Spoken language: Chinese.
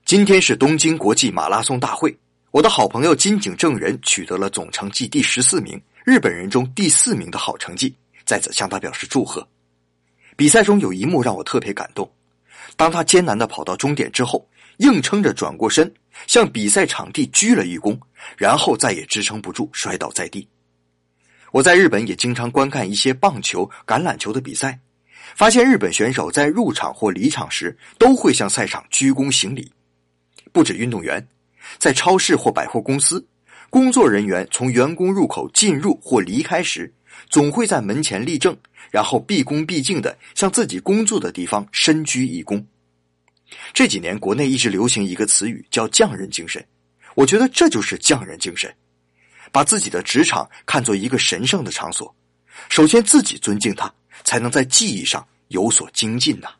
今天是东京国际马拉松大会，我的好朋友金井正人取得了总成绩第14名，日本人中第4名的好成绩，在此向他表示祝贺。比赛中有一幕让我特别感动，当他艰难地跑到终点之后，硬撑着转过身，向比赛场地鞠了一躬，然后再也支撑不住摔倒在地。我在日本也经常观看一些棒球、橄榄球的比赛，发现日本选手在入场或离场时都会向赛场鞠躬行礼。不止运动员，在超市或百货公司，工作人员从员工入口进入或离开时，总会在门前立正，然后毕恭毕敬地向自己工作的地方深鞠一躬。这几年国内一直流行一个词语叫匠人精神，我觉得这就是匠人精神，把自己的职场看作一个神圣的场所，首先自己尊敬它，才能在技艺上有所精进啊。